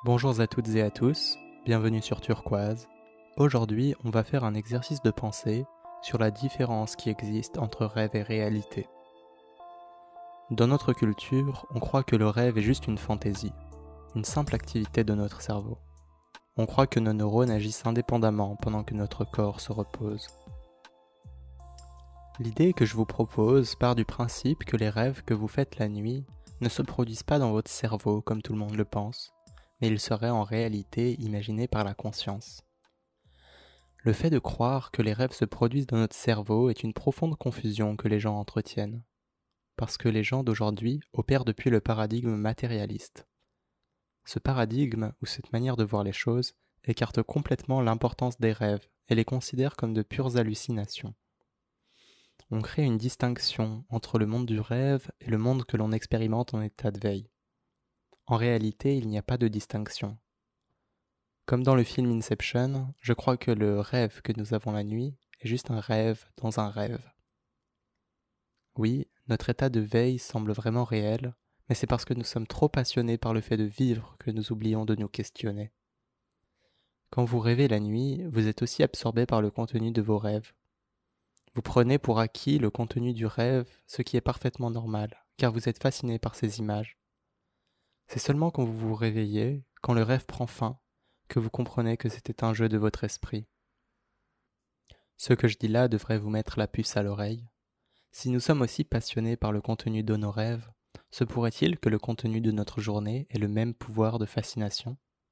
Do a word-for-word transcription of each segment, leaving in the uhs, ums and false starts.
Bonjour à toutes et à tous, bienvenue sur Turquoise. Aujourd'hui, on va faire un exercice de pensée sur la différence qui existe entre rêve et réalité. Dans notre culture, on croit que le rêve est juste une fantaisie, une simple activité de notre cerveau. On croit que nos neurones agissent indépendamment pendant que notre corps se repose. L'idée que je vous propose part du principe que les rêves que vous faites la nuit ne se produisent pas dans votre cerveau comme tout le monde le pense, mais ils seraient en réalité imaginés par la conscience. Le fait de croire que les rêves se produisent dans notre cerveau est une profonde confusion que les gens entretiennent, parce que les gens d'aujourd'hui opèrent depuis le paradigme matérialiste. Ce paradigme, ou cette manière de voir les choses, écarte complètement l'importance des rêves et les considère comme de pures hallucinations. On crée une distinction entre le monde du rêve et le monde que l'on expérimente en état de veille. En réalité, il n'y a pas de distinction. Comme dans le film Inception, je crois que le rêve que nous avons la nuit est juste un rêve dans un rêve. Oui, notre état de veille semble vraiment réel, mais c'est parce que nous sommes trop passionnés par le fait de vivre que nous oublions de nous questionner. Quand vous rêvez la nuit, vous êtes aussi absorbé par le contenu de vos rêves. Vous prenez pour acquis le contenu du rêve, ce qui est parfaitement normal, car vous êtes fasciné par ces images. C'est seulement quand vous vous réveillez, quand le rêve prend fin, que vous comprenez que c'était un jeu de votre esprit. Ce que je dis là devrait vous mettre la puce à l'oreille. Si nous sommes aussi passionnés par le contenu de nos rêves, se pourrait-il que le contenu de notre journée ait le même pouvoir de fascination ?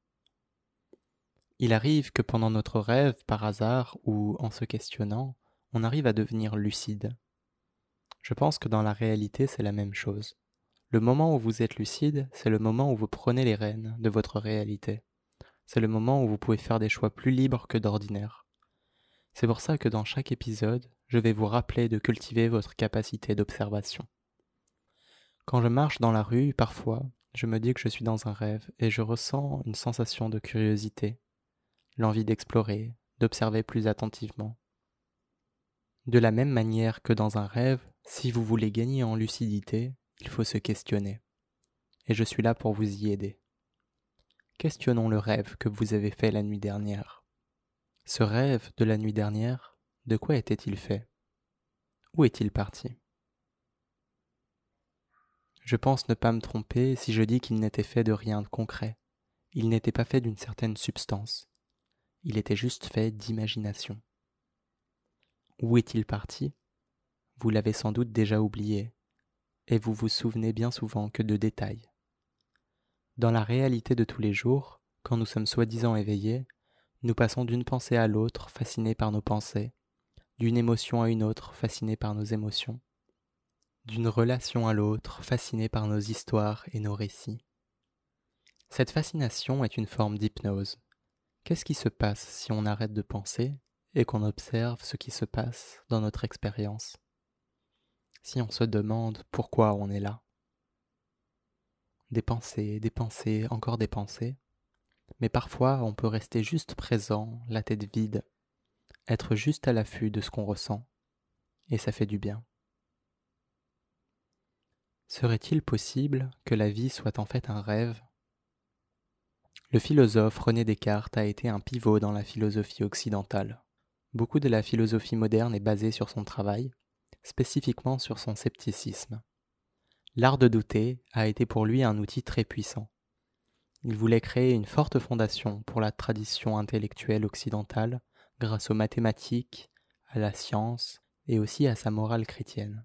Il arrive que pendant notre rêve, par hasard ou en se questionnant, on arrive à devenir lucide. Je pense que dans la réalité, c'est la même chose. Le moment où vous êtes lucide, c'est le moment où vous prenez les rênes de votre réalité. C'est le moment où vous pouvez faire des choix plus libres que d'ordinaire. C'est pour ça que dans chaque épisode, je vais vous rappeler de cultiver votre capacité d'observation. Quand je marche dans la rue, parfois, je me dis que je suis dans un rêve et je ressens une sensation de curiosité, l'envie d'explorer, d'observer plus attentivement. De la même manière que dans un rêve, si vous voulez gagner en lucidité, il faut se questionner. Et je suis là pour vous y aider. Questionnons le rêve que vous avez fait la nuit dernière. Ce rêve de la nuit dernière, de quoi était-il fait ? Où est-il parti ? Je pense ne pas me tromper si je dis qu'il n'était fait de rien de concret. Il n'était pas fait d'une certaine substance. Il était juste fait d'imagination. Où est-il parti ? Vous l'avez sans doute déjà oublié, et vous vous souvenez bien souvent que de détails. Dans la réalité de tous les jours, quand nous sommes soi-disant éveillés, nous passons d'une pensée à l'autre fascinés par nos pensées, d'une émotion à une autre fascinés par nos émotions, d'une relation à l'autre fascinés par nos histoires et nos récits. Cette fascination est une forme d'hypnose. Qu'est-ce qui se passe si on arrête de penser et qu'on observe ce qui se passe dans notre expérience ? Si on se demande pourquoi on est là ? Des pensées, des pensées, encore des pensées. Mais parfois, on peut rester juste présent, la tête vide, être juste à l'affût de ce qu'on ressent, et ça fait du bien. Serait-il possible que la vie soit en fait un rêve ? Le philosophe René Descartes a été un pivot dans la philosophie occidentale. Beaucoup de la philosophie moderne est basée sur son travail, spécifiquement sur son scepticisme. L'art de douter a été pour lui un outil très puissant. Il voulait créer une forte fondation pour la tradition intellectuelle occidentale grâce aux mathématiques, à la science et aussi à sa morale chrétienne.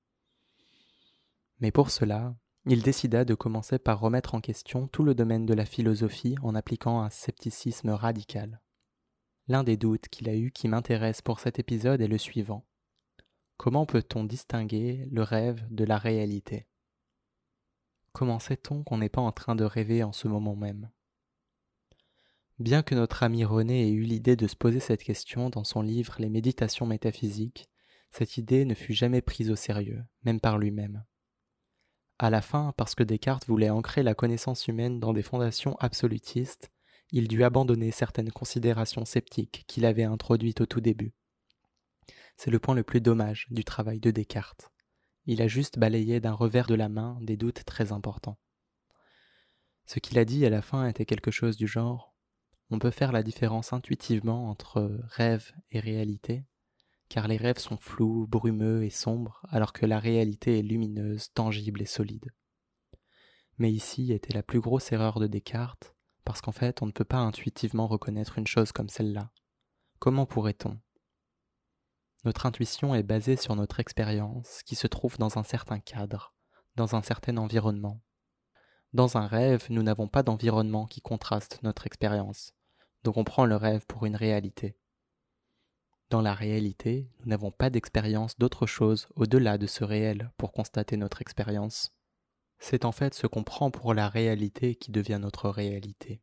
Mais pour cela, il décida de commencer par remettre en question tout le domaine de la philosophie en appliquant un scepticisme radical. L'un des doutes qu'il a eu qui m'intéresse pour cet épisode est le suivant. Comment peut-on distinguer le rêve de la réalité ? Comment sait-on qu'on n'est pas en train de rêver en ce moment même ? Bien que notre ami René ait eu l'idée de se poser cette question dans son livre Les Méditations métaphysiques, cette idée ne fut jamais prise au sérieux, même par lui-même. À la fin, parce que Descartes voulait ancrer la connaissance humaine dans des fondations absolutistes, il dut abandonner certaines considérations sceptiques qu'il avait introduites au tout début. C'est le point le plus dommage du travail de Descartes. Il a juste balayé d'un revers de la main des doutes très importants. Ce qu'il a dit à la fin était quelque chose du genre « On peut faire la différence intuitivement entre rêve et réalité, car les rêves sont flous, brumeux et sombres, alors que la réalité est lumineuse, tangible et solide. » Mais ici était la plus grosse erreur de Descartes, parce qu'en fait, on ne peut pas intuitivement reconnaître une chose comme celle-là. Comment pourrait-on ? Notre intuition est basée sur notre expérience, qui se trouve dans un certain cadre, dans un certain environnement. Dans un rêve, nous n'avons pas d'environnement qui contraste notre expérience, donc on prend le rêve pour une réalité. Dans la réalité, nous n'avons pas d'expérience d'autre chose au-delà de ce réel pour constater notre expérience. C'est en fait ce qu'on prend pour la réalité qui devient notre réalité.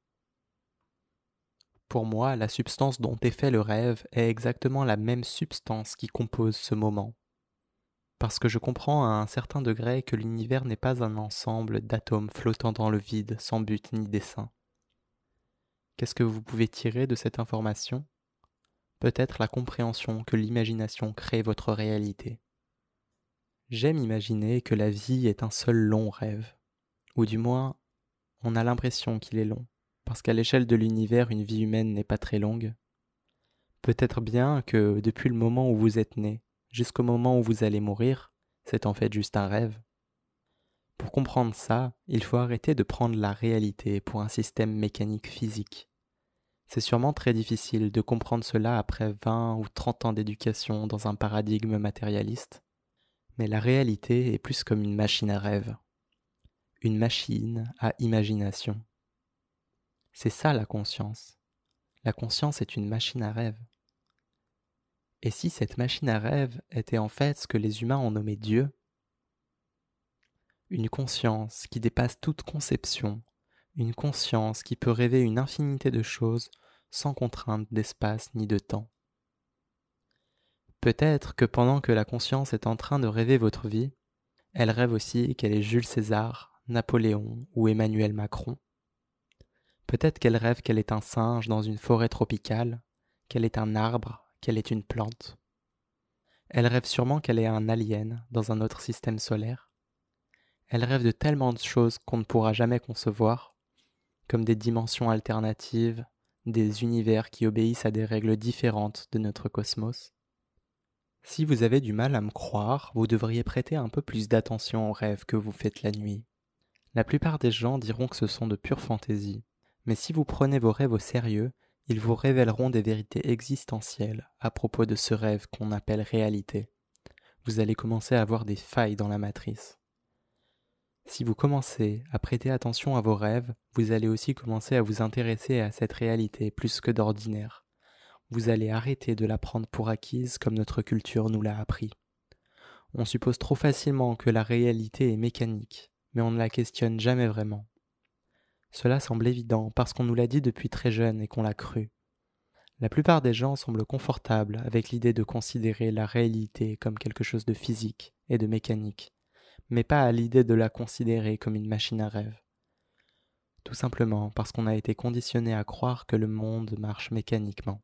Pour moi, la substance dont est fait le rêve est exactement la même substance qui compose ce moment. Parce que je comprends à un certain degré que l'univers n'est pas un ensemble d'atomes flottant dans le vide sans but ni dessein. Qu'est-ce que vous pouvez tirer de cette information ? Peut-être la compréhension que l'imagination crée votre réalité. J'aime imaginer que la vie est un seul long rêve, ou du moins, on a l'impression qu'il est long, parce qu'à l'échelle de l'univers, une vie humaine n'est pas très longue. Peut-être bien que depuis le moment où vous êtes né, jusqu'au moment où vous allez mourir, c'est en fait juste un rêve. Pour comprendre ça, il faut arrêter de prendre la réalité pour un système mécanique physique. C'est sûrement très difficile de comprendre cela après vingt ou trente ans d'éducation dans un paradigme matérialiste, mais la réalité est plus comme une machine à rêve, une machine à imagination. C'est ça la conscience. La conscience est une machine à rêve. Et si cette machine à rêve était en fait ce que les humains ont nommé Dieu ? Une conscience qui dépasse toute conception, une conscience qui peut rêver une infinité de choses sans contrainte d'espace ni de temps. Peut-être que pendant que la conscience est en train de rêver votre vie, elle rêve aussi qu'elle est Jules César, Napoléon ou Emmanuel Macron. Peut-être qu'elle rêve qu'elle est un singe dans une forêt tropicale, qu'elle est un arbre, qu'elle est une plante. Elle rêve sûrement qu'elle est un alien dans un autre système solaire. Elle rêve de tellement de choses qu'on ne pourra jamais concevoir, comme des dimensions alternatives, des univers qui obéissent à des règles différentes de notre cosmos. Si vous avez du mal à me croire, vous devriez prêter un peu plus d'attention aux rêves que vous faites la nuit. La plupart des gens diront que ce sont de pures fantaisies, mais si vous prenez vos rêves au sérieux, ils vous révéleront des vérités existentielles à propos de ce rêve qu'on appelle réalité. Vous allez commencer à avoir des failles dans la matrice. Si vous commencez à prêter attention à vos rêves, vous allez aussi commencer à vous intéresser à cette réalité plus que d'ordinaire. Vous allez arrêter de la prendre pour acquise comme notre culture nous l'a appris. On suppose trop facilement que la réalité est mécanique, mais on ne la questionne jamais vraiment. Cela semble évident parce qu'on nous l'a dit depuis très jeune et qu'on l'a cru. La plupart des gens semblent confortables avec l'idée de considérer la réalité comme quelque chose de physique et de mécanique, mais pas à l'idée de la considérer comme une machine à rêve. Tout simplement parce qu'on a été conditionné à croire que le monde marche mécaniquement.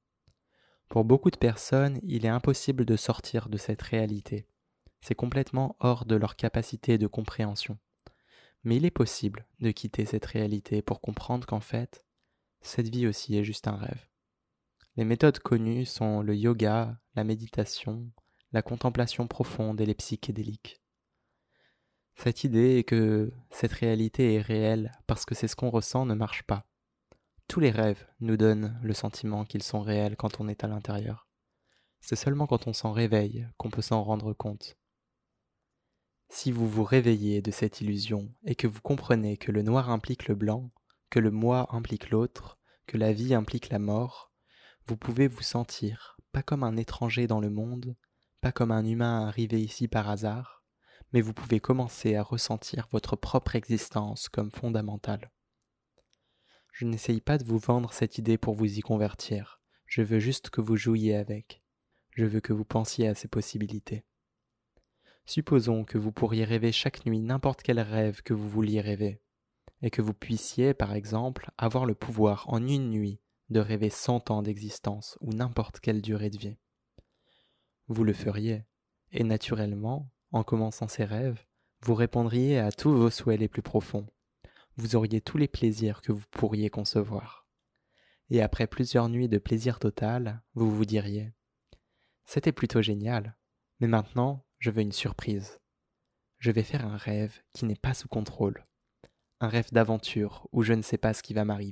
Pour beaucoup de personnes, il est impossible de sortir de cette réalité. C'est complètement hors de leur capacité de compréhension. Mais il est possible de quitter cette réalité pour comprendre qu'en fait, cette vie aussi est juste un rêve. Les méthodes connues sont le yoga, la méditation, la contemplation profonde et les psychédéliques. Cette idée que cette réalité est réelle parce que c'est ce qu'on ressent ne marche pas. Tous les rêves nous donnent le sentiment qu'ils sont réels quand on est à l'intérieur. C'est seulement quand on s'en réveille qu'on peut s'en rendre compte. Si vous vous réveillez de cette illusion et que vous comprenez que le noir implique le blanc, que le moi implique l'autre, que la vie implique la mort, vous pouvez vous sentir, pas comme un étranger dans le monde, pas comme un humain arrivé ici par hasard, mais vous pouvez commencer à ressentir votre propre existence comme fondamentale. Je n'essaye pas de vous vendre cette idée pour vous y convertir, je veux juste que vous jouiez avec, je veux que vous pensiez à ces possibilités. Supposons que vous pourriez rêver chaque nuit n'importe quel rêve que vous vouliez rêver, et que vous puissiez, par exemple, avoir le pouvoir en une nuit de rêver cent ans d'existence ou n'importe quelle durée de vie. Vous le feriez, et naturellement, en commençant ces rêves, vous répondriez à tous vos souhaits les plus profonds. vous auriez tous les plaisirs que vous pourriez concevoir. Et après plusieurs nuits de plaisir total, vous vous diriez « C'était plutôt génial, mais maintenant, je veux une surprise. Je vais faire un rêve qui n'est pas sous contrôle. Un rêve d'aventure où je ne sais pas ce qui va m'arriver. »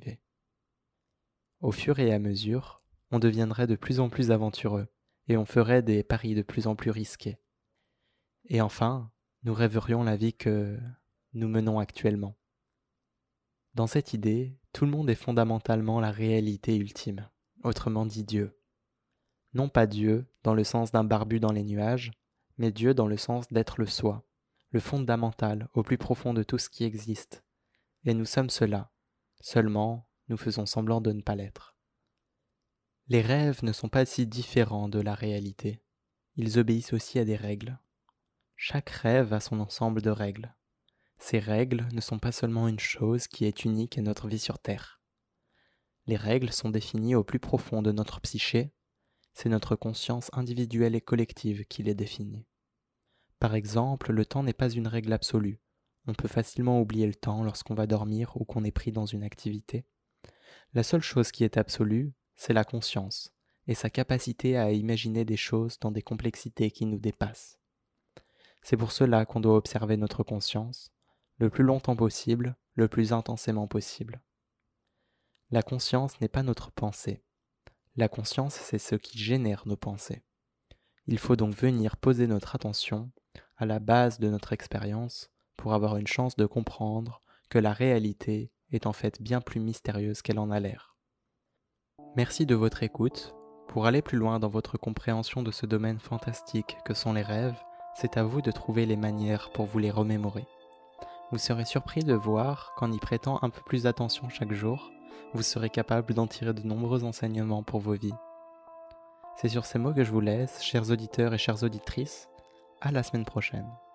Au fur et à mesure, on deviendrait de plus en plus aventureux et on ferait des paris de plus en plus risqués. Et enfin, nous rêverions la vie que nous menons actuellement. Dans cette idée, tout le monde est fondamentalement la réalité ultime, autrement dit Dieu. Non pas Dieu dans le sens d'un barbu dans les nuages, mais Dieu dans le sens d'être le soi, le fondamental au plus profond de tout ce qui existe. Et nous sommes cela, seulement nous faisons semblant de ne pas l'être. Les rêves ne sont pas si différents de la réalité. Ils obéissent aussi à des règles. Chaque rêve a son ensemble de règles. Ces règles ne sont pas seulement une chose qui est unique à notre vie sur Terre. Les règles sont définies au plus profond de notre psyché. C'est notre conscience individuelle et collective qui les définit. Par exemple, le temps n'est pas une règle absolue. On peut facilement oublier le temps lorsqu'on va dormir ou qu'on est pris dans une activité. La seule chose qui est absolue, c'est la conscience et sa capacité à imaginer des choses dans des complexités qui nous dépassent. C'est pour cela qu'on doit observer notre conscience le plus longtemps possible, le plus intensément possible. La conscience n'est pas notre pensée. La conscience, c'est ce qui génère nos pensées. Il faut donc venir poser notre attention à la base de notre expérience pour avoir une chance de comprendre que la réalité est en fait bien plus mystérieuse qu'elle en a l'air. Merci de votre écoute. Pour aller plus loin dans votre compréhension de ce domaine fantastique que sont les rêves, c'est à vous de trouver les manières pour vous les remémorer. Vous serez surpris de voir qu'en y prêtant un peu plus d'attention chaque jour, vous serez capable d'en tirer de nombreux enseignements pour vos vies. C'est sur ces mots que je vous laisse, chers auditeurs et chères auditrices. À la semaine prochaine.